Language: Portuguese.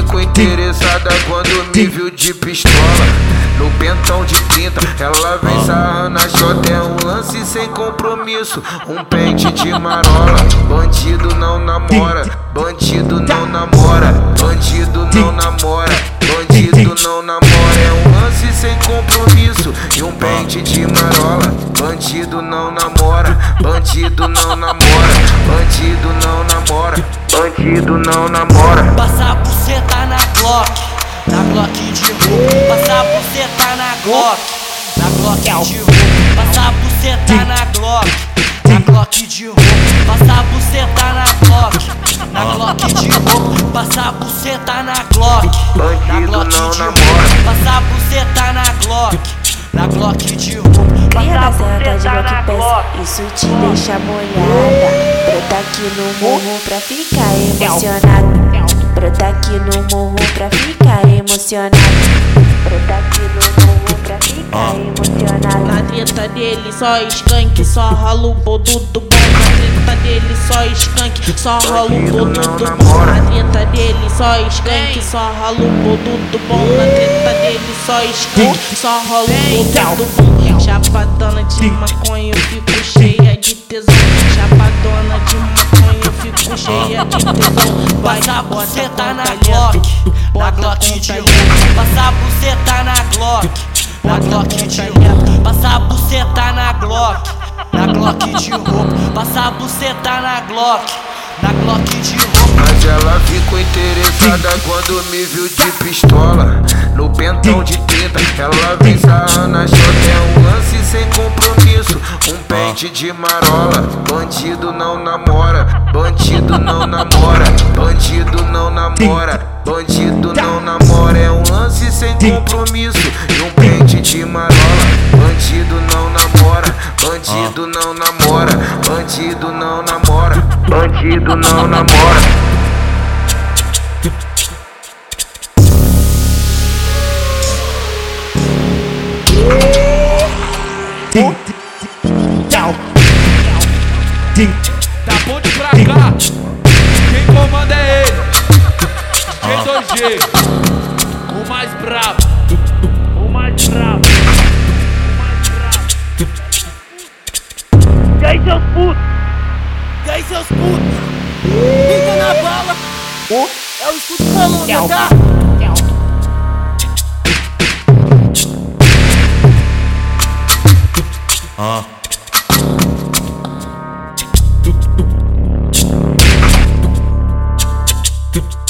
ficou interessada quando me viu de pistola. No pentão de 30, ela vem sarrando a xota. É um lance sem compromisso, um pente de marola. Bandido não namora, bandido não namora, bandido não namora, bandido não namora. É um lance sem compromisso e um pente de marola. Bandido não namora, bandido não namora, bandido não namora, bandido não namora. Passa a buceta na Glock, na Glock de roupa. Passa a buceta na Glock, na Glock de roupa. Passa a buceta na Glock, na Glock de roupa. Passa a buceta na Glock, na Glock de roupa. Passa a buceta na Glock, na Glock de roupa. Passa a buceta na Glock, na Glock de roupa. Cria da senta de Glock Pass, isso te deixa molhada. Brota aqui no morro pra ficar emocionado. Brota aqui no morro pra ficar emocionado. Brota aqui no morro pra ficar emocionado. Na treta dele só skunk, só rola o bodudo bom. Na treta dele só skunk, só rola o bodudo bom. Na treta dele só skunk, só rola o bodudo bom. Na treta dele só skunk, só rola o bodudo bom. Chapadona de maconha, eu fico cheia de tesão. Chapadona de maconha, eu fico cheia de tesão. Passa a buceta na Glock, na Glock de roupa. Passa a buceta na Glock, na Glock de roupa. Passa a buceta na Glock, na Glock de roupa. Passa a buceta na Glock, na Glock de roupa. Mas ela ficou interessada quando me viu de pistola. No pentão de 30, ela vem sarrando a xota. É um lance sem compromisso, um pente de marola. Bandido não namora, bandido não namora, bandido não namora, bandido não namora. É um lance sem compromisso e um pente de marola. Bandido não namora, bandido não namora, bandido não namora, bandido não namora. Da ponte pra cá, quem comanda é ele, G2G, o mais brabo, o mais brabo, o mais brabo. E aí, seus putos? E aí, seus putos? Fica na bala. É o escudo Colômbia, tá? Tu